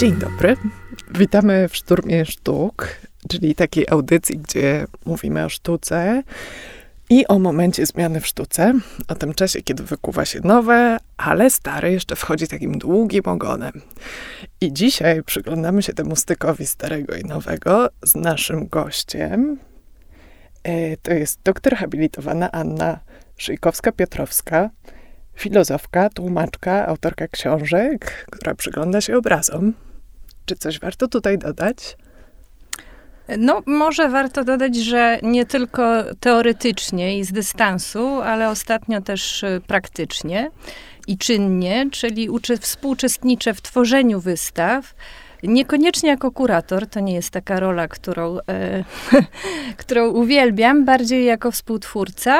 Dzień dobry. Witamy w Szturmie Sztuk, czyli takiej audycji, gdzie mówimy o sztuce i o momencie zmiany w sztuce, o tym czasie, kiedy wykuwa się nowe, ale stare jeszcze wchodzi takim długim ogonem. I dzisiaj przyglądamy się temu stykowi starego i nowego z naszym gościem. To jest doktor habilitowana Anna Szyjkowska-Piotrowska, filozofka, tłumaczka, autorka książek, która przygląda się obrazom. Czy coś warto tutaj dodać? No, może warto dodać, że nie tylko teoretycznie i z dystansu, ale ostatnio też praktycznie i czynnie, czyli współuczestniczę w tworzeniu wystaw. Niekoniecznie jako kurator, to nie jest taka rola, którą uwielbiam, bardziej jako współtwórca.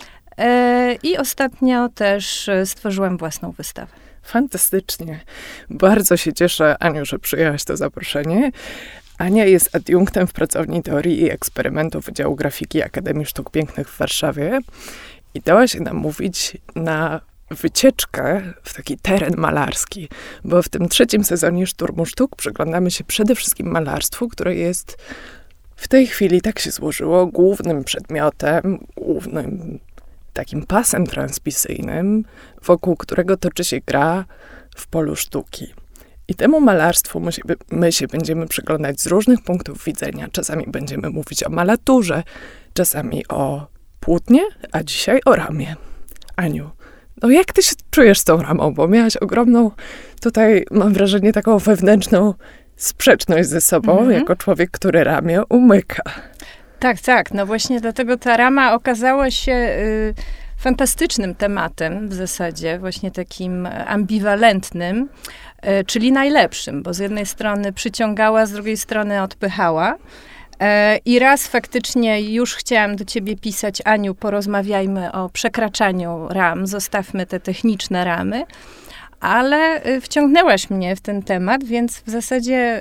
I ostatnio też stworzyłam własną wystawę. Fantastycznie. Bardzo się cieszę, Aniu, że przyjęłaś to zaproszenie. Ania jest adiunktem w Pracowni Teorii i Eksperymentów Wydziału Grafiki Akademii Sztuk Pięknych w Warszawie i dała się namówić na wycieczkę w taki teren malarski, bo w tym 3. sezonie Szturmu Sztuk przyglądamy się przede wszystkim malarstwu, które jest w tej chwili, tak się złożyło, głównym przedmiotem, głównym takim pasem transmisyjnym, wokół którego toczy się gra w polu sztuki. I temu malarstwu my się będziemy przyglądać z różnych punktów widzenia. Czasami będziemy mówić o malaturze, czasami o płótnie, a dzisiaj o ramie. Aniu, no jak ty się czujesz z tą ramą? Bo miałaś ogromną, tutaj mam wrażenie, taką wewnętrzną sprzeczność ze sobą, jako człowiek, który ramię umyka. Tak. No właśnie dlatego ta rama okazała się fantastycznym tematem w zasadzie, właśnie takim ambiwalentnym, czyli najlepszym, bo z jednej strony przyciągała, z drugiej strony odpychała. I raz faktycznie już chciałam do ciebie pisać, Aniu, porozmawiajmy o przekraczaniu ram, zostawmy te techniczne ramy. Ale wciągnęłaś mnie w ten temat, więc w zasadzie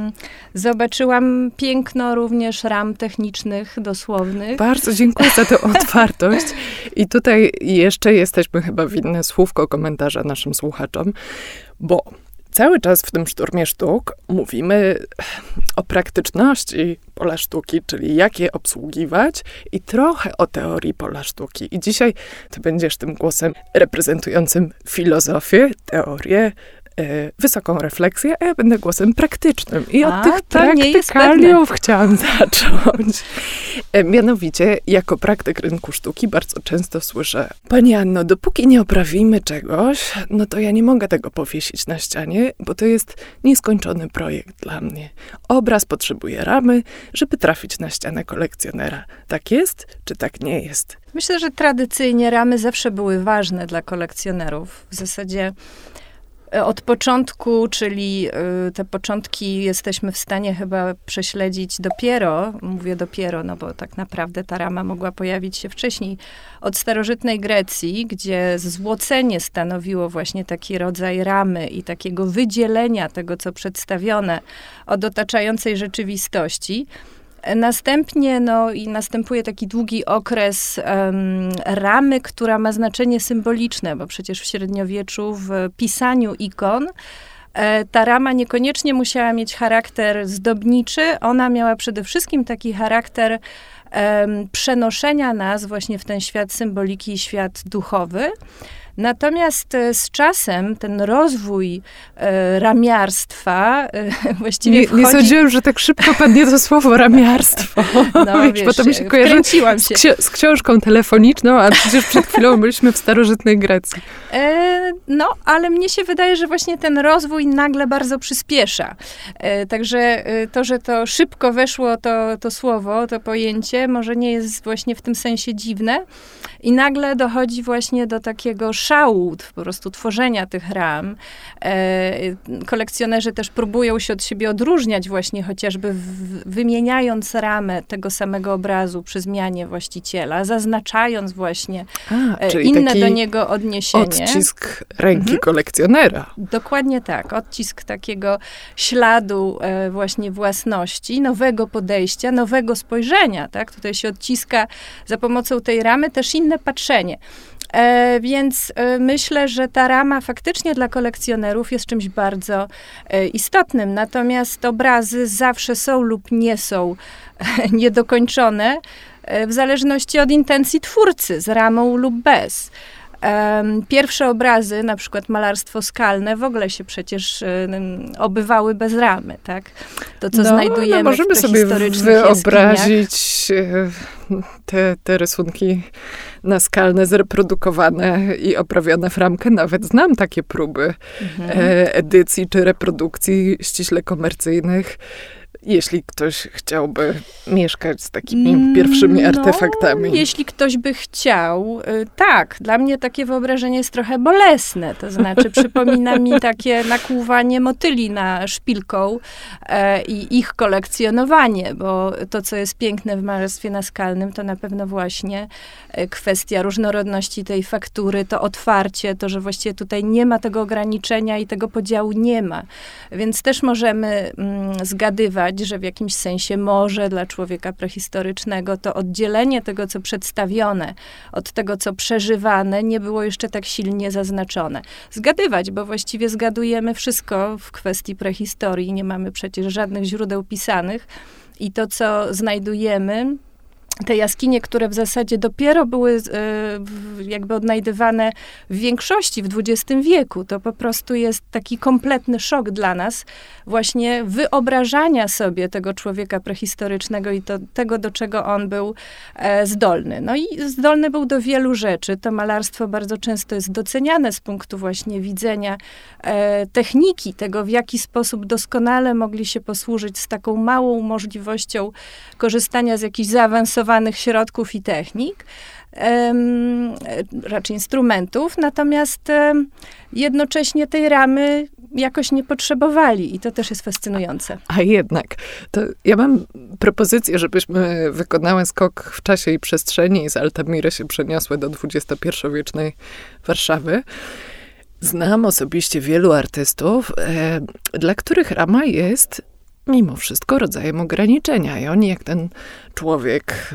zobaczyłam piękno również ram technicznych, dosłownych. Bardzo dziękuję za tę otwartość. I tutaj jeszcze jesteśmy chyba winne słówko komentarza naszym słuchaczom, bo cały czas w tym Szturmie Sztuk mówimy o praktyczności pola sztuki, czyli jak je obsługiwać i trochę o teorii pola sztuki. I dzisiaj ty będziesz tym głosem reprezentującym filozofię, teorię, wysoką refleksję, a ja będę głosem praktycznym. I od tych praktykaliów chciałam zacząć. Mianowicie, jako praktyk rynku sztuki bardzo często słyszę: Pani Anno, dopóki nie oprawimy czegoś, no to ja nie mogę tego powiesić na ścianie, bo to jest nieskończony projekt dla mnie. Obraz potrzebuje ramy, żeby trafić na ścianę kolekcjonera. Tak jest, czy tak nie jest? Myślę, że tradycyjnie ramy zawsze były ważne dla kolekcjonerów. W zasadzie od początku, czyli te początki jesteśmy w stanie chyba prześledzić mówię dopiero, no bo tak naprawdę ta rama mogła pojawić się wcześniej, od starożytnej Grecji, gdzie złocenie stanowiło właśnie taki rodzaj ramy i takiego wydzielenia tego, co przedstawione od otaczającej rzeczywistości. Następnie, następuje taki długi okres ramy, która ma znaczenie symboliczne, bo przecież w średniowieczu w pisaniu ikon ta rama niekoniecznie musiała mieć charakter zdobniczy, ona miała przede wszystkim taki charakter przenoszenia nas właśnie w ten świat symboliki i świat duchowy. Natomiast z czasem ten rozwój ramiarstwa właściwie wchodzi... Nie sądziłem, że tak szybko padnie to słowo ramiarstwo. No wiesz, bo to mi się kojarzy z książką telefoniczną, a przecież przed chwilą byliśmy w starożytnej Grecji. Ale mnie się wydaje, że właśnie ten rozwój nagle bardzo przyspiesza. Także to, że to szybko weszło to słowo, to pojęcie, może nie jest właśnie w tym sensie dziwne. I nagle dochodzi właśnie do takiego szału po prostu tworzenia tych ram. Kolekcjonerzy też próbują się od siebie odróżniać właśnie chociażby wymieniając ramę tego samego obrazu przy zmianie właściciela, zaznaczając właśnie inne do niego odniesienie. Odcisk ręki kolekcjonera. Dokładnie tak. Odcisk takiego śladu właśnie własności, nowego podejścia, nowego spojrzenia. Tak? Tutaj się odciska za pomocą tej ramy też inne patrzenie. Więc myślę, że ta rama faktycznie dla kolekcjonerów jest czymś bardzo istotnym. Natomiast obrazy zawsze są lub nie są niedokończone w zależności od intencji twórcy, z ramą lub bez. Pierwsze obrazy, na przykład malarstwo skalne, w ogóle się przecież obywały bez ramy, tak? To, co znajdujemy możemy w sobie wyobrazić te rysunki naskalne, zreprodukowane i oprawione w ramkę. Nawet znam takie próby edycji czy reprodukcji ściśle komercyjnych. Jeśli ktoś chciałby mieszkać z takimi pierwszymi artefaktami. Jeśli ktoś by chciał, tak. Dla mnie takie wyobrażenie jest trochę bolesne. To znaczy przypomina mi takie nakłuwanie motyli na szpilką i ich kolekcjonowanie, bo to, co jest piękne w malarstwie naskalnym, to na pewno właśnie kwestia różnorodności tej faktury, to otwarcie, to, że właściwie tutaj nie ma tego ograniczenia i tego podziału nie ma. Więc też możemy zgadywać, że w jakimś sensie może dla człowieka prehistorycznego to oddzielenie tego, co przedstawione, od tego, co przeżywane, nie było jeszcze tak silnie zaznaczone. Zgadywać, bo właściwie zgadujemy wszystko w kwestii prehistorii. Nie mamy przecież żadnych źródeł pisanych i to, co znajdujemy, te jaskinie, które w zasadzie dopiero były jakby odnajdywane w większości w XX wieku, to po prostu jest taki kompletny szok dla nas właśnie wyobrażania sobie tego człowieka prehistorycznego i tego, do czego on był zdolny. No i zdolny był do wielu rzeczy. To malarstwo bardzo często jest doceniane z punktu właśnie widzenia techniki, tego w jaki sposób doskonale mogli się posłużyć z taką małą możliwością korzystania z jakichś zaawansowanych środków i technik, raczej instrumentów, natomiast jednocześnie tej ramy jakoś nie potrzebowali i to też jest fascynujące. A jednak, to ja mam propozycję, żebyśmy wykonały skok w czasie i przestrzeni i z Altamiry się przeniosły do XXI-wiecznej Warszawy. Znam osobiście wielu artystów, dla których rama jest mimo wszystko rodzajem ograniczenia. I oni jak ten człowiek,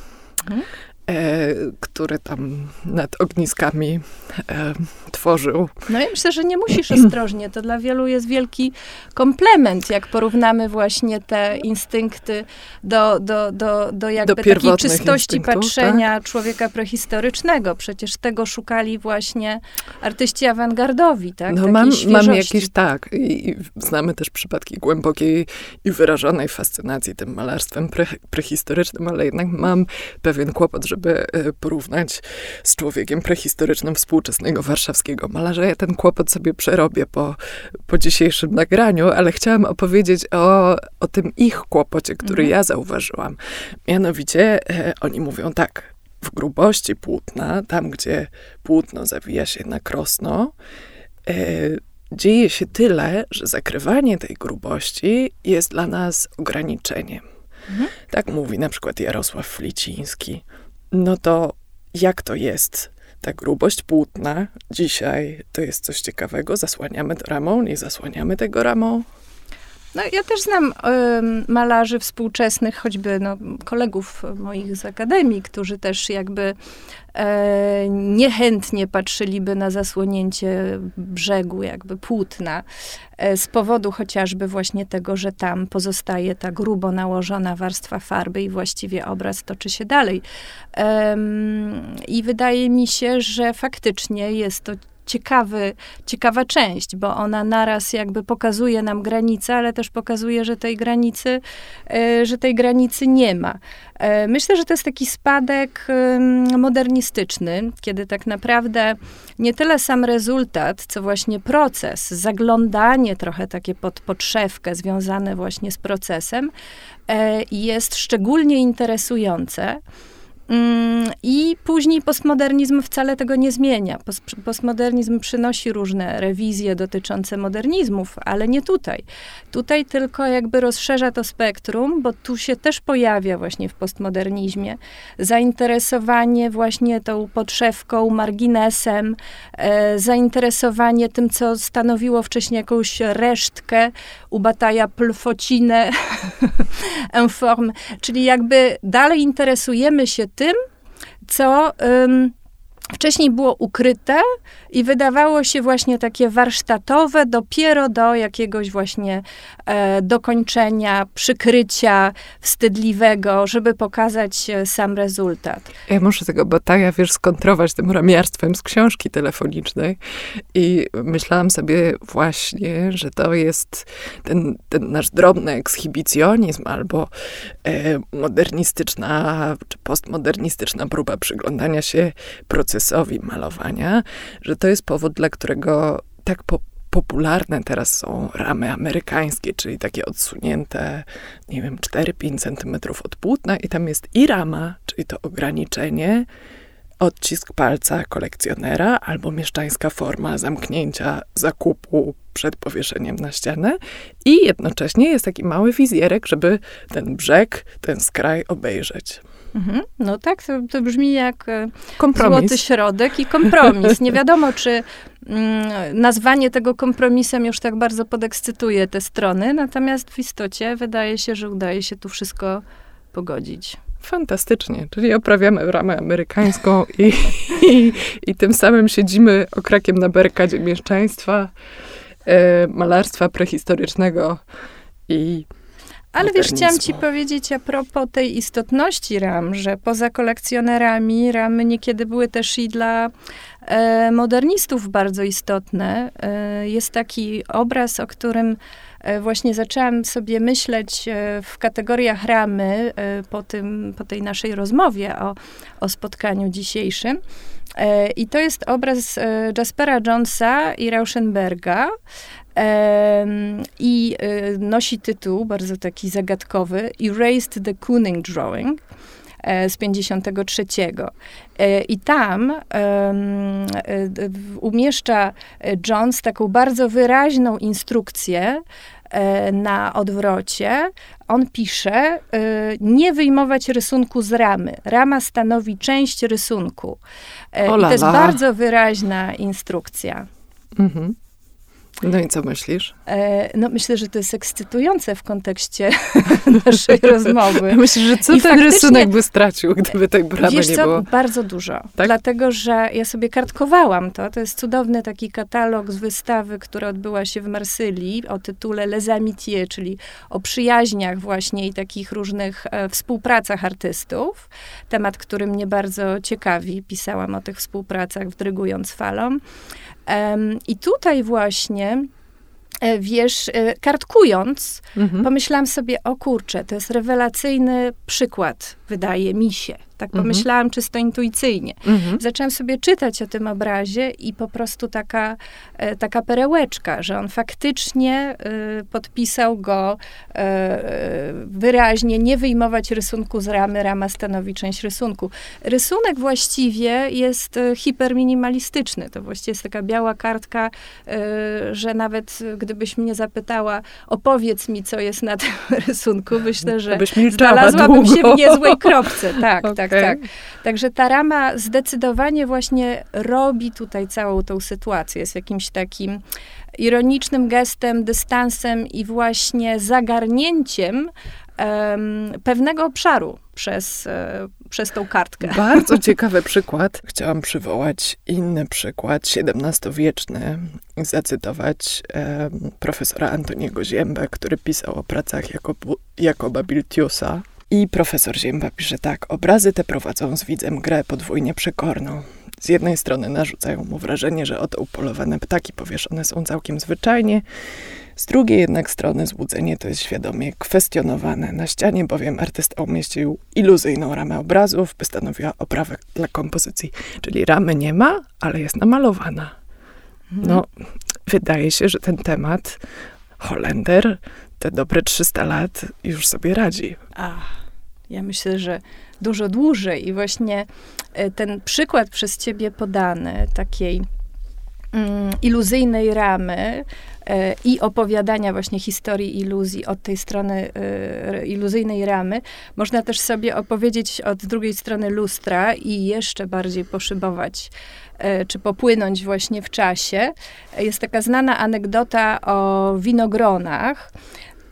który tam nad ogniskami tworzył. No ja myślę, że nie musisz ostrożnie. To dla wielu jest wielki komplement, jak porównamy właśnie te instynkty do jakby takiej czystości patrzenia patrzenia człowieka prehistorycznego. Przecież tego szukali właśnie artyści awangardowi, tak? No mam jakieś, tak. I znamy też przypadki głębokiej i wyrażonej fascynacji tym malarstwem prehistorycznym, ale jednak mam pewien kłopot, żeby porównać z człowiekiem prehistorycznym współczesnego warszawskiego malarza. Ja ten kłopot sobie przerobię po dzisiejszym nagraniu, ale chciałam opowiedzieć o tym ich kłopocie, który ja zauważyłam. Mianowicie oni mówią tak, w grubości płótna, tam gdzie płótno zawija się na krosno, dzieje się tyle, że zakrywanie tej grubości jest dla nas ograniczeniem. Tak mówi na przykład Jarosław Fliciński. No to jak to jest? Ta grubość płótna dzisiaj to jest coś ciekawego. Zasłaniamy to ramą, nie zasłaniamy tego ramą? No, ja też znam malarzy współczesnych, choćby kolegów moich z akademii, którzy też jakby niechętnie patrzyliby na zasłonięcie brzegu jakby płótna, z powodu chociażby właśnie tego, że tam pozostaje ta grubo nałożona warstwa farby i właściwie obraz toczy się dalej. I wydaje mi się, że faktycznie jest to ciekawa część, bo ona naraz jakby pokazuje nam granicę, ale też pokazuje, że tej granicy nie ma. Myślę, że to jest taki spadek modernistyczny, kiedy tak naprawdę nie tyle sam rezultat, co właśnie proces, zaglądanie trochę takie pod podszewkę związane właśnie z procesem jest szczególnie interesujące. I później postmodernizm wcale tego nie zmienia. Postmodernizm przynosi różne rewizje dotyczące modernizmów, ale nie tutaj. Tutaj tylko jakby rozszerza to spektrum, bo tu się też pojawia właśnie w postmodernizmie zainteresowanie właśnie tą podszewką, marginesem, zainteresowanie tym, co stanowiło wcześniej jakąś resztkę, u Bataja plfocinę, informe, czyli jakby dalej interesujemy się tym, co wcześniej było ukryte i wydawało się właśnie takie warsztatowe dopiero do jakiegoś właśnie dokończenia, przykrycia wstydliwego, żeby pokazać sam rezultat. Ja muszę tego bataja, skontrować tym ramiarstwem z książki telefonicznej i myślałam sobie właśnie, że to jest ten nasz drobny ekshibicjonizm albo modernistyczna czy postmodernistyczna próba przyglądania się procesowi malowania, że to jest powód, dla którego tak popularne teraz są ramy amerykańskie, czyli takie odsunięte, 4-5 centymetrów od płótna i tam jest i rama, czyli to ograniczenie, odcisk palca kolekcjonera albo mieszczańska forma zamknięcia zakupu przed powieszeniem na ścianę i jednocześnie jest taki mały wizjerek, żeby ten brzeg, ten skraj obejrzeć. No tak, to brzmi jak kompromis. Złoty środek i kompromis. Nie wiadomo, czy nazwanie tego kompromisem już tak bardzo podekscytuje te strony, natomiast w istocie wydaje się, że udaje się tu wszystko pogodzić. Fantastycznie, czyli oprawiamy ramę amerykańską i tym samym siedzimy okrakiem na barykadzie mieszczaństwa, malarstwa prehistorycznego i ale wiesz, chciałam ci powiedzieć a propos tej istotności ram, że poza kolekcjonerami ramy niekiedy były też i dla modernistów bardzo istotne. Jest taki obraz, o którym właśnie zaczęłam sobie myśleć w kategoriach ramy po tej naszej rozmowie o spotkaniu dzisiejszym. I to jest obraz Jaspera Jonesa i Rauschenberga. I nosi tytuł bardzo taki zagadkowy Erased the Kooning Drawing z 53. I tam umieszcza Jones taką bardzo wyraźną instrukcję na odwrocie. On pisze, nie wyjmować rysunku z ramy. Rama stanowi część rysunku. I to jest bardzo wyraźna instrukcja. Mhm. No i co myślisz? No myślę, że to jest ekscytujące w kontekście naszej rozmowy. Myślę, że co ten rysunek by stracił, gdyby tej bramy nie było? Bardzo dużo. Tak? Dlatego, że ja sobie kartkowałam to. To jest cudowny taki katalog z wystawy, która odbyła się w Marsylii o tytule Les Amitiés, czyli o przyjaźniach właśnie i takich różnych współpracach artystów. Temat, który mnie bardzo ciekawi. Pisałam o tych współpracach w Drygując falą. I tutaj właśnie, kartkując, pomyślałam sobie, o kurczę, to jest rewelacyjny przykład, wydaje mi się. Tak pomyślałam czysto intuicyjnie. Zaczęłam sobie czytać o tym obrazie i po prostu taka perełeczka, że on faktycznie podpisał go wyraźnie, nie wyjmować rysunku z ramy, rama stanowi część rysunku. Rysunek właściwie jest hiperminimalistyczny. To właściwie jest taka biała kartka, że nawet gdybyś mnie zapytała, opowiedz mi, co jest na tym rysunku, myślę, że znalazłabym się w niezłej kropce. Tak, okay. Tak. Także ta rama zdecydowanie właśnie robi tutaj całą tą sytuację. Jest jakimś takim ironicznym gestem, dystansem i właśnie zagarnięciem pewnego obszaru przez tą kartkę. Bardzo ciekawy przykład. Chciałam przywołać inny przykład, XVII-wieczny, i zacytować profesora Antoniego Ziębę, który pisał o pracach Jakoba Biltiusa. I profesor Zięba pisze tak: obrazy te prowadzą z widzem grę podwójnie przekorną. Z jednej strony narzucają mu wrażenie, że oto upolowane ptaki powieszone są całkiem zwyczajnie, z drugiej jednak strony złudzenie to jest świadomie kwestionowane. Na ścianie bowiem artysta umieścił iluzyjną ramę obrazów, by stanowiła oprawę dla kompozycji. Czyli ramy nie ma, ale jest namalowana. No, wydaje się, że ten temat Holender te dobre 300 lat już sobie radzi. Ja myślę, że dużo dłużej i właśnie ten przykład przez ciebie podany, takiej iluzyjnej ramy i opowiadania właśnie historii iluzji od tej strony iluzyjnej ramy, można też sobie opowiedzieć od drugiej strony lustra i jeszcze bardziej poszybować, czy popłynąć właśnie w czasie. Jest taka znana anegdota o winogronach.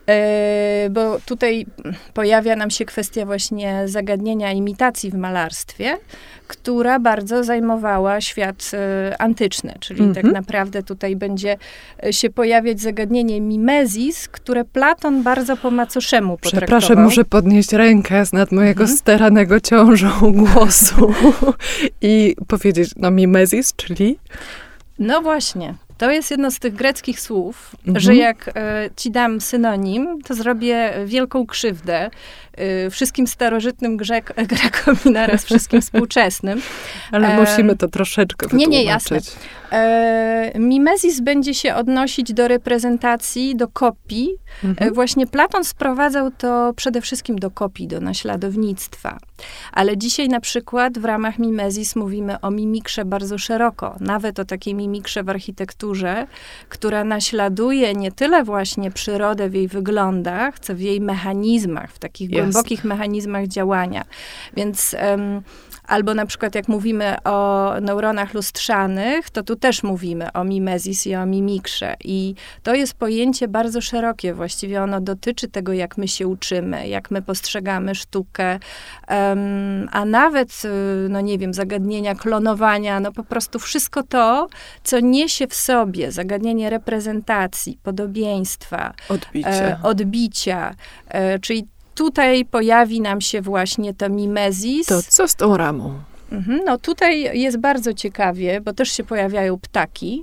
Bo tutaj pojawia nam się kwestia właśnie zagadnienia imitacji w malarstwie, która bardzo zajmowała świat antyczny, czyli tak naprawdę tutaj będzie się pojawiać zagadnienie mimezis, które Platon bardzo po macoszemu potraktował. Przepraszam, muszę podnieść rękę z nad mojego steranego ciążą głosu i powiedzieć, mimezis, czyli? No właśnie. To jest jedno z tych greckich słów, że jak ci dam synonim, to zrobię wielką krzywdę wszystkim starożytnym Grekom i naraz wszystkim współczesnym. Ale musimy to troszeczkę wytłumaczyć. Nie, jasne. Mimezis będzie się odnosić do reprezentacji, do kopii. Właśnie Platon sprowadzał to przede wszystkim do kopii, do naśladownictwa. Ale dzisiaj na przykład w ramach mimezis mówimy o mimikrze bardzo szeroko. Nawet o takiej mimikrze w architekturze, która naśladuje nie tyle właśnie przyrodę w jej wyglądach, co w jej mechanizmach, w takich głębokich mechanizmach działania. Więc albo na przykład jak mówimy o neuronach lustrzanych, to tu też mówimy o mimezis i o mimikrze. I to jest pojęcie bardzo szerokie. Właściwie ono dotyczy tego, jak my się uczymy, jak my postrzegamy sztukę, a nawet, zagadnienia klonowania, po prostu wszystko to, co niesie w sobie zagadnienie reprezentacji, podobieństwa, odbicia, czyli tutaj pojawi nam się właśnie to mimezis. To co z tą ramą? No tutaj jest bardzo ciekawie, bo też się pojawiają ptaki.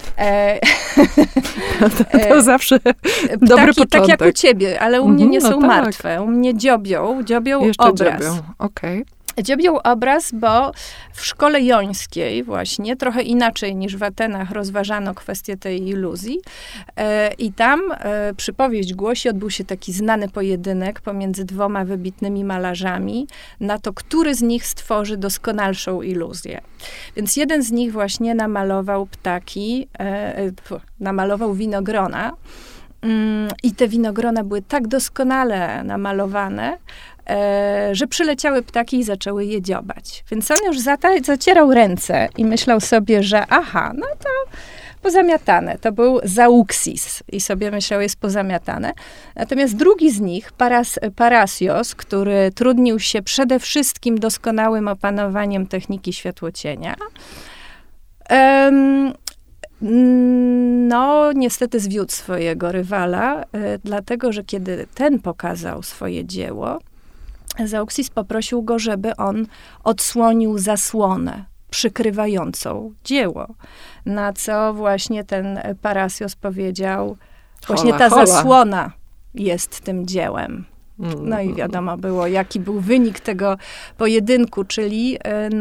To zawsze dobry początek. Tak jak u ciebie, ale u mnie nie są martwe. U mnie dziobią jeszcze obraz. Okej. Dziobią obraz, bo w szkole jońskiej właśnie, trochę inaczej niż w Atenach rozważano kwestię tej iluzji. I tam przypowieść głosi, odbył się taki znany pojedynek pomiędzy dwoma wybitnymi malarzami na to, który z nich stworzy doskonalszą iluzję. Więc jeden z nich właśnie namalował ptaki, namalował winogrona. I te winogrona były tak doskonale namalowane, że przyleciały ptaki i zaczęły je dziobać. Więc on już zacierał ręce i myślał sobie, że to pozamiatane. To był Zeuxis i sobie myślał, jest pozamiatane. Natomiast drugi z nich, Parasios, który trudnił się przede wszystkim doskonałym opanowaniem techniki światłocienia, niestety zwiódł swojego rywala, dlatego, że kiedy ten pokazał swoje dzieło, Zeuxis poprosił go, żeby on odsłonił zasłonę przykrywającą dzieło. Na co właśnie ten Parasios powiedział, właśnie ta zasłona jest tym dziełem. No i wiadomo było, jaki był wynik tego pojedynku, czyli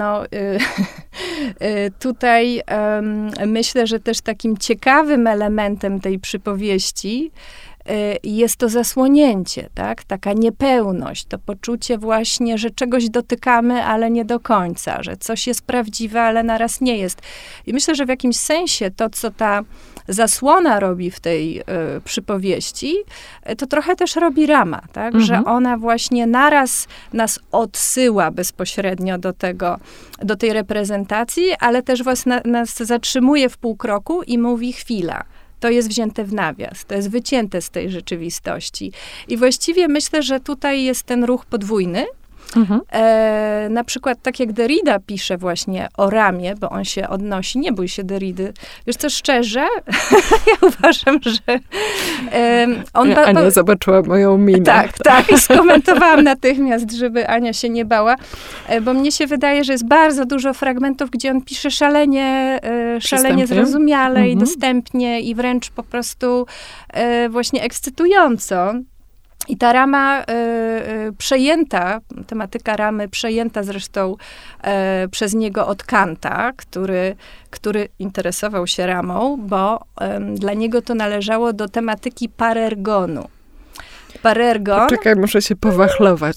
tutaj myślę, że też takim ciekawym elementem tej przypowieści jest to zasłonięcie, tak? Taka niepełność, to poczucie właśnie, że czegoś dotykamy, ale nie do końca, że coś jest prawdziwe, ale naraz nie jest. I myślę, że w jakimś sensie to, co ta zasłona robi w tej przypowieści, to trochę też robi rama, tak? Że ona właśnie naraz nas odsyła bezpośrednio do tej reprezentacji, ale też nas zatrzymuje w pół kroku i mówi chwila. To jest wzięte w nawias, to jest wycięte z tej rzeczywistości. I właściwie myślę, że tutaj jest ten ruch podwójny. Na przykład tak jak Derrida pisze właśnie o ramie, bo on się odnosi, nie bój się Derridy. Wiesz co, szczerze, ja uważam, że Ania zobaczyła moją minę. Tak, i skomentowałam natychmiast, żeby Ania się nie bała, bo mnie się wydaje, że jest bardzo dużo fragmentów, gdzie on pisze szalenie zrozumiale i dostępnie i wręcz po prostu właśnie ekscytująco. I ta rama przejęta, tematyka ramy przejęta zresztą przez niego od Kanta, który interesował się ramą, bo dla niego to należało do tematyki parergonu. Parergon... Poczekaj, muszę się powachlować.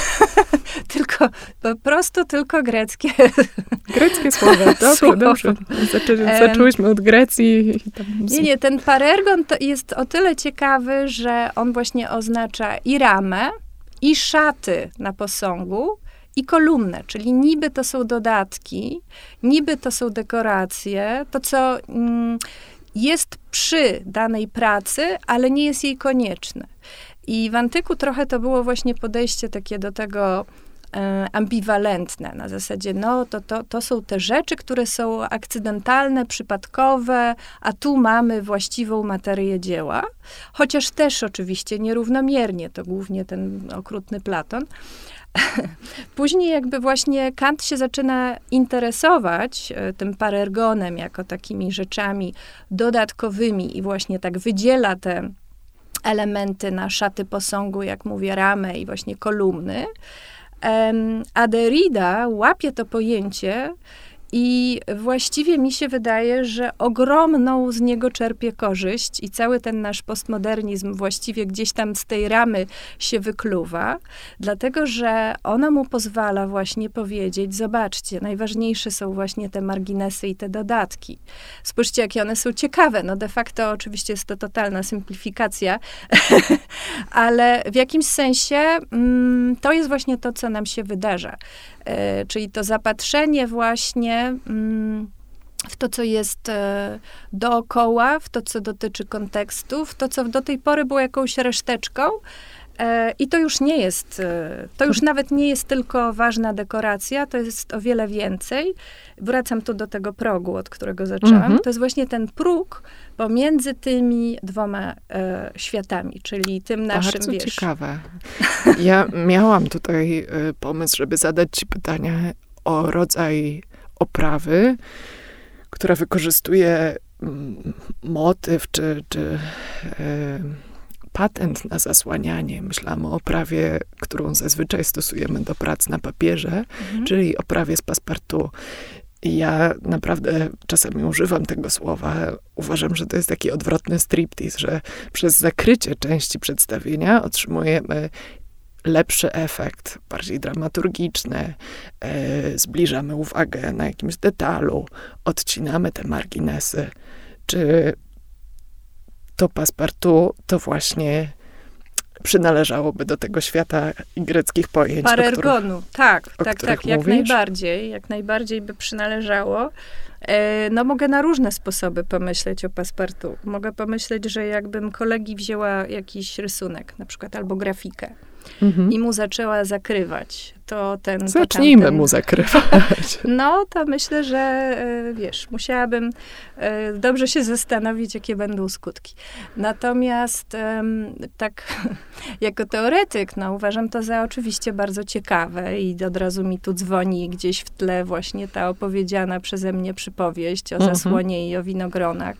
tylko greckie. Greckie słowa, dobrze. Zaczęłyśmy od Grecji. Nie, ten parergon to jest o tyle ciekawy, że on właśnie oznacza i ramę, i szaty na posągu, i kolumnę, czyli niby to są dodatki, niby to są dekoracje, to co... jest przy danej pracy, ale nie jest jej konieczne. I w antyku trochę to było właśnie podejście takie do tego ambiwalentne, na zasadzie, no to są te rzeczy, które są akcydentalne, przypadkowe, a tu mamy właściwą materię dzieła, chociaż też oczywiście nierównomiernie, to głównie ten okrutny Platon. Później jakby właśnie Kant się zaczyna interesować tym parergonem jako takimi rzeczami dodatkowymi i właśnie tak wydziela te elementy na szaty posągu, jak mówię, ramę i właśnie kolumny. A Derrida łapie to pojęcie i właściwie mi się wydaje, że ogromną z niego czerpie korzyść i cały ten nasz postmodernizm właściwie gdzieś tam z tej ramy się wykluwa, dlatego, że ona mu pozwala właśnie powiedzieć, zobaczcie, najważniejsze są właśnie te marginesy i te dodatki. Spójrzcie, jakie one są ciekawe. No de facto oczywiście jest to totalna symplifikacja, ale w jakimś sensie to jest właśnie to, co nam się wydarza. Czyli to zapatrzenie właśnie w to, co jest dookoła, w to, co dotyczy kontekstu, w to, co do tej pory było jakąś reszteczką. I to już nie jest, to już nawet nie jest tylko ważna dekoracja, to jest o wiele więcej. Wracam tu do tego progu, od którego zaczęłam. To jest właśnie ten próg pomiędzy tymi dwoma światami, czyli tym naszym, Bardzo ciekawe. Ja miałam tutaj pomysł, żeby zadać ci pytanie o rodzaj oprawy, która wykorzystuje motyw czy patent na zasłanianie. Myślałam o oprawie, którą zazwyczaj stosujemy do prac na papierze, czyli oprawie z passepartout. I ja naprawdę czasami używam tego słowa. Uważam, że to jest taki odwrotny striptease, że przez zakrycie części przedstawienia otrzymujemy lepszy efekt, bardziej dramaturgiczny, zbliżamy uwagę na jakimś detalu, odcinamy te marginesy. Czy to passepartout to właśnie przynależałoby do tego świata greckich pojęć. Parergonu, tak, mówisz? jak najbardziej by przynależało. No mogę na różne sposoby pomyśleć o passepartout. Mogę pomyśleć, że jakbym kolegi wzięła jakiś rysunek, na przykład, albo grafikę i mu zaczęła zakrywać, to ten... Zacznijmy mu zakrywać. No, to myślę, że wiesz, musiałabym dobrze się zastanowić, jakie będą skutki. Natomiast tak jako teoretyk, no uważam to za oczywiście bardzo ciekawe i od razu mi tu dzwoni gdzieś w tle właśnie ta opowiedziana przeze mnie przypowieść o zasłonie i o winogronach.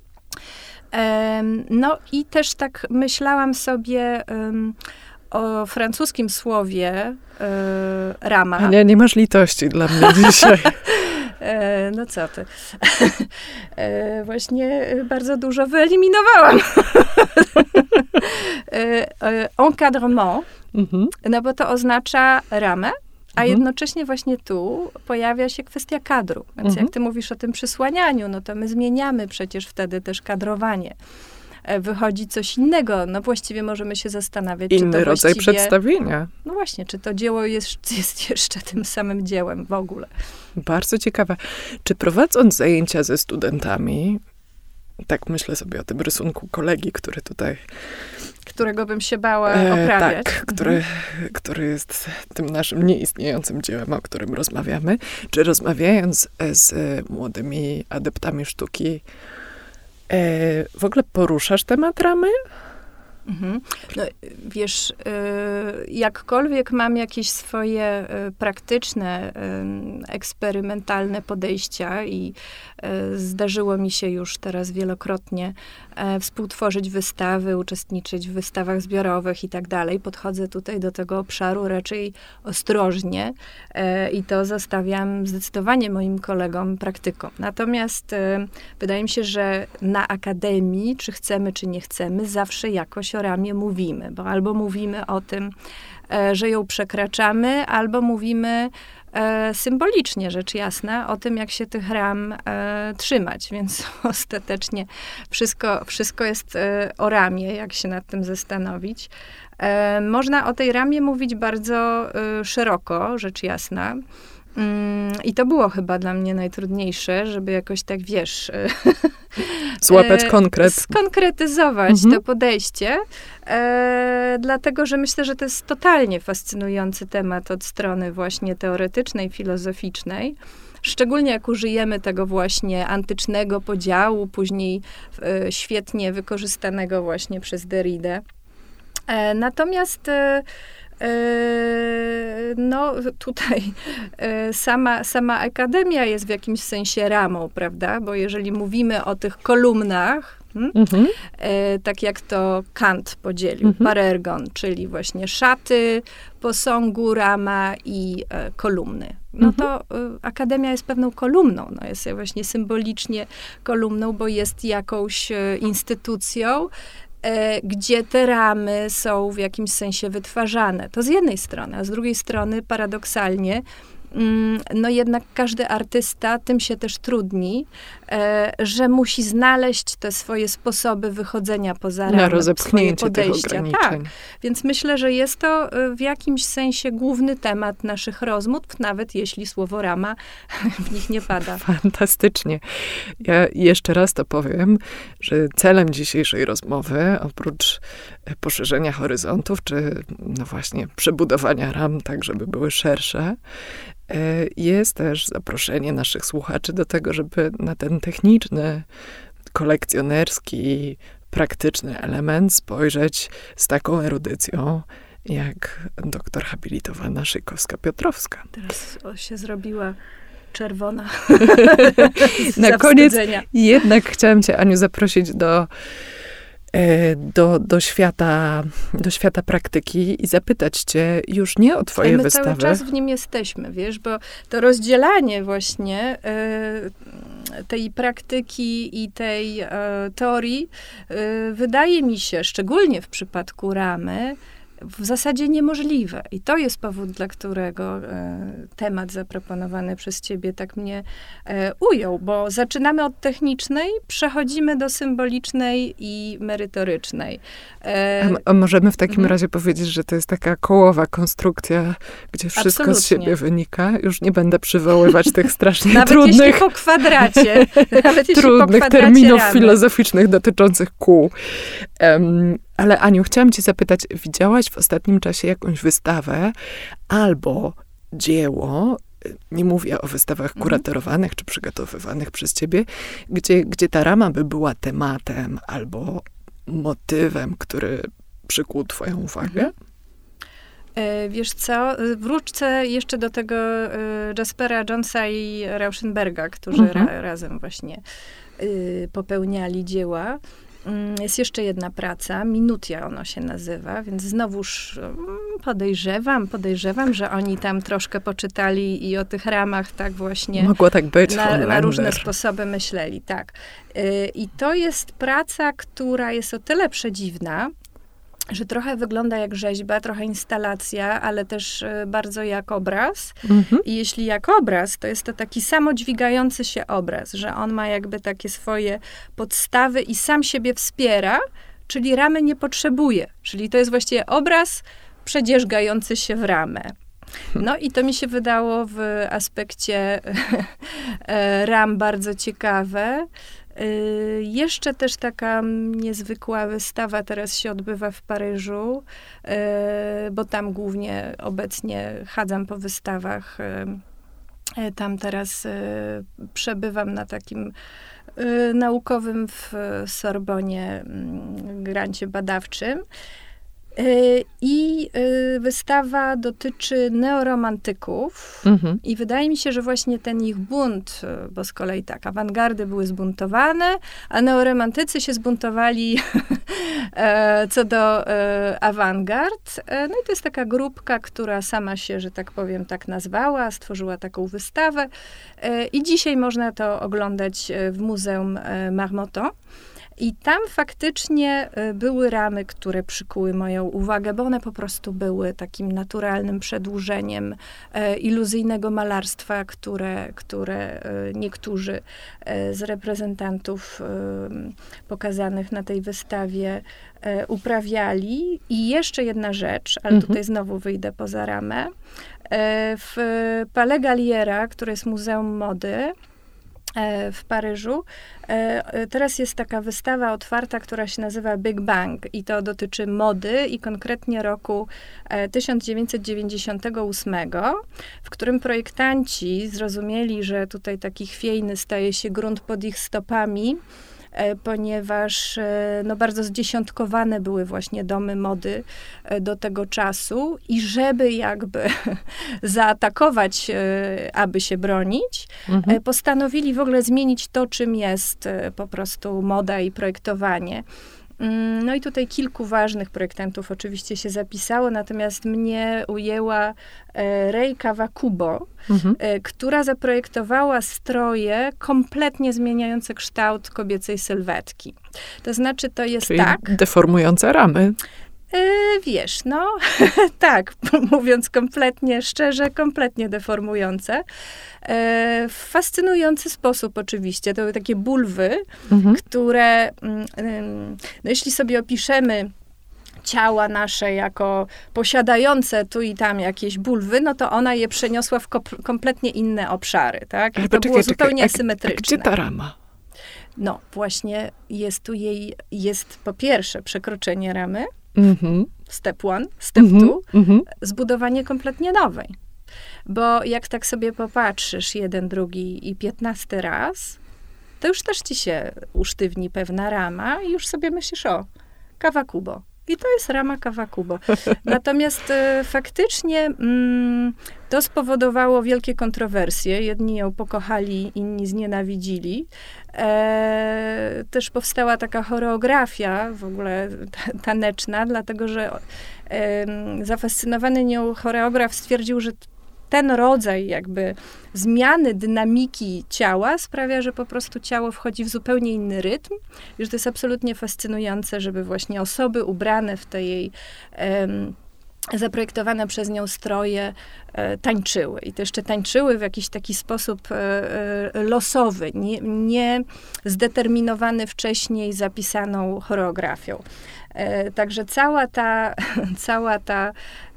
No i też tak myślałam sobie o francuskim słowie rama. Ania, nie masz litości dla mnie dzisiaj. No co ty. Właśnie bardzo dużo wyeliminowałam. Encadrement, no bo to oznacza ramę, a jednocześnie właśnie tu pojawia się kwestia kadru. Więc jak ty mówisz o tym przysłanianiu, no to my zmieniamy przecież wtedy też kadrowanie. Wychodzi coś innego. No właściwie możemy się zastanawiać, inny czy to rodzaj właściwie... przedstawienia. No właśnie, czy to dzieło jest jeszcze tym samym dziełem w ogóle. Bardzo ciekawe. Czy prowadząc zajęcia ze studentami, tak myślę sobie o tym rysunku kolegi, który tutaj... Którego bym się bała oprawiać. Tak, który jest tym naszym nieistniejącym dziełem, o którym rozmawiamy. Czy rozmawiając z młodymi adeptami sztuki, w ogóle poruszasz temat ramy? No, wiesz, jakkolwiek mam jakieś swoje praktyczne, eksperymentalne podejścia i zdarzyło mi się już teraz wielokrotnie współtworzyć wystawy, uczestniczyć w wystawach zbiorowych i tak dalej. Podchodzę tutaj do tego obszaru raczej ostrożnie i to zostawiam zdecydowanie moim kolegom, praktykom. Natomiast wydaje mi się, że na akademii, czy chcemy, czy nie chcemy, zawsze jakoś o ramie mówimy, bo albo mówimy o tym, że ją przekraczamy, albo mówimy symbolicznie, rzecz jasna, o tym, jak się tych ram trzymać, więc ostatecznie wszystko jest o ramie, jak się nad tym zastanowić. Można o tej ramie mówić bardzo szeroko, rzecz jasna. I to było chyba dla mnie najtrudniejsze, żeby jakoś tak, wiesz... Złapać konkret. Skonkretyzować to podejście, dlatego, że myślę, że to jest totalnie fascynujący temat od strony właśnie teoretycznej, filozoficznej. Szczególnie jak użyjemy tego właśnie antycznego podziału, później świetnie wykorzystanego właśnie przez Derridę. Natomiast no tutaj sama akademia jest w jakimś sensie ramą, prawda? Bo jeżeli mówimy o tych kolumnach, tak jak to Kant podzielił, parergon, czyli właśnie szaty, posągu, rama i kolumny. No to akademia jest pewną kolumną, no jest właśnie symbolicznie kolumną, bo jest jakąś instytucją, gdzie te ramy są w jakimś sensie wytwarzane. To z jednej strony, a z drugiej strony paradoksalnie no jednak każdy artysta tym się też trudni, że musi znaleźć te swoje sposoby wychodzenia poza ramy, na rozepchnięcie swoje podejścia. tych ograniczeń. Tak. Więc myślę, że jest to w jakimś sensie główny temat naszych rozmów, nawet jeśli słowo rama w nich nie pada. Fantastycznie. Ja jeszcze raz to powiem, że celem dzisiejszej rozmowy, oprócz poszerzenia horyzontów, czy no właśnie przebudowania ram tak, żeby były szersze, jest też zaproszenie naszych słuchaczy do tego, żeby na ten techniczny, kolekcjonerski, praktyczny element spojrzeć z taką erudycją, jak doktor habilitowana Szykowska-Piotrowska. Teraz się zrobiła czerwona. Na koniec jednak chciałam cię, Aniu, zaprosić do świata praktyki i zapytać cię już nie o twoje wystawy. My cały czas w nim jesteśmy, wiesz, bo to rozdzielanie właśnie tej praktyki i tej teorii wydaje mi się, szczególnie w przypadku ramy, w zasadzie niemożliwe. I to jest powód, dla którego temat zaproponowany przez ciebie tak mnie ujął, bo zaczynamy od technicznej, przechodzimy do symbolicznej i merytorycznej. A możemy w takim razie powiedzieć, że to jest taka kołowa konstrukcja, gdzie wszystko Absolutnie. z siebie wynika. Już nie będę przywoływać tych strasznie Nawet trudnych, jeśli po kwadracie. trudnych terminów filozoficznych dotyczących kół. Ale Aniu, chciałam cię zapytać, widziałaś w ostatnim czasie jakąś wystawę albo dzieło, nie mówię o wystawach kuratorowanych czy przygotowywanych przez ciebie, gdzie ta rama by była tematem albo motywem, który przykuł twoją uwagę? Wiesz co, wrócę jeszcze do tego Jaspera Jonesa i Rauschenberga, którzy razem właśnie popełniali dzieła. Jest jeszcze jedna praca, Minutia ono się nazywa, więc znowuż podejrzewam, że oni tam troszkę poczytali i o tych ramach tak właśnie mogło tak być, na różne sposoby myśleli, tak. I to jest praca, która jest o tyle przedziwna, że trochę wygląda jak rzeźba, trochę instalacja, ale też bardzo jak obraz. I jeśli jak obraz, to jest to taki samodźwigający się obraz, że on ma jakby takie swoje podstawy i sam siebie wspiera, czyli ramy nie potrzebuje. Czyli to jest właściwie obraz przedzierzgający się w ramę. No i to mi się wydało w aspekcie ram bardzo ciekawe. Jeszcze też taka niezwykła wystawa teraz się odbywa w Paryżu, bo tam głównie obecnie chadzam po wystawach. Tam teraz przebywam na takim naukowym w Sorbonie grancie badawczym. I wystawa dotyczy neoromantyków i wydaje mi się, że właśnie ten ich bunt, bo z kolei tak, awangardy były zbuntowane, a neoromantycy się zbuntowali co do awangard. No i to jest taka grupka, która sama się, że tak powiem, tak nazwała, stworzyła taką wystawę i dzisiaj można to oglądać w Muzeum Marmottan. I tam faktycznie były ramy, które przykuły moją uwagę, bo one po prostu były takim naturalnym przedłużeniem iluzyjnego malarstwa, które niektórzy z reprezentantów pokazanych na tej wystawie uprawiali. I jeszcze jedna rzecz, ale tutaj znowu wyjdę poza ramę. W Palais Galliera, które jest Muzeum Mody w Paryżu, teraz jest taka wystawa otwarta, która się nazywa Big Bang i to dotyczy mody i konkretnie roku 1998, w którym projektanci zrozumieli, że tutaj taki chwiejny staje się grunt pod ich stopami, ponieważ bardzo zdziesiątkowane były właśnie domy mody do tego czasu i żeby jakby zaatakować, aby się bronić, postanowili w ogóle zmienić to, czym jest po prostu moda i projektowanie. No i tutaj kilku ważnych projektantów oczywiście się zapisało, natomiast mnie ujęła Rei Kawakubo, która zaprojektowała stroje kompletnie zmieniające kształt kobiecej sylwetki. To znaczy, to jest czyli tak... deformujące ramy. Wiesz, tak, mówiąc kompletnie szczerze, kompletnie deformujące. W fascynujący sposób oczywiście. To były takie bulwy, które, jeśli sobie opiszemy ciała nasze jako posiadające tu i tam jakieś bulwy, no to ona je przeniosła w kompletnie inne obszary, tak? I to było zupełnie asymetryczne. A gdzie ta rama? No, właśnie jest po pierwsze przekroczenie ramy, step one, step two, zbudowanie kompletnie nowej. Bo jak tak sobie popatrzysz 1, 2 i 15 raz, to już też ci się usztywni pewna rama i już sobie myślisz, Kawakubo. I to jest rama Kawakubo. Natomiast faktycznie to spowodowało wielkie kontrowersje. Jedni ją pokochali, inni znienawidzili. Też powstała taka choreografia w ogóle taneczna, dlatego że zafascynowany nią choreograf stwierdził, że ten rodzaj jakby zmiany dynamiki ciała sprawia, że po prostu ciało wchodzi w zupełnie inny rytm i że to jest absolutnie fascynujące, żeby właśnie osoby ubrane w te jej zaprojektowane przez nią stroje tańczyły. I to jeszcze tańczyły w jakiś taki sposób losowy, nie zdeterminowany wcześniej zapisaną choreografią. Także cała ta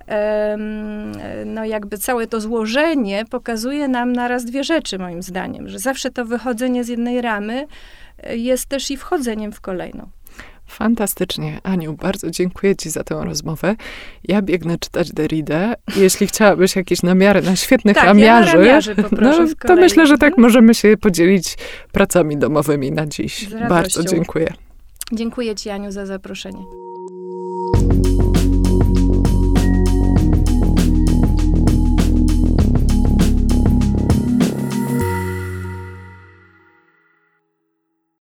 jakby całe to złożenie pokazuje nam naraz dwie rzeczy, moim zdaniem, że zawsze to wychodzenie z jednej ramy jest też i wchodzeniem w kolejną. Fantastycznie. Aniu, bardzo dziękuję ci za tę rozmowę. Ja biegnę czytać Derridę. Jeśli chciałabyś jakieś namiary na świetnych ramiarzy, to myślę, że tak możemy się podzielić pracami domowymi na dziś. Bardzo dziękuję. Dziękuję ci, Aniu, za zaproszenie.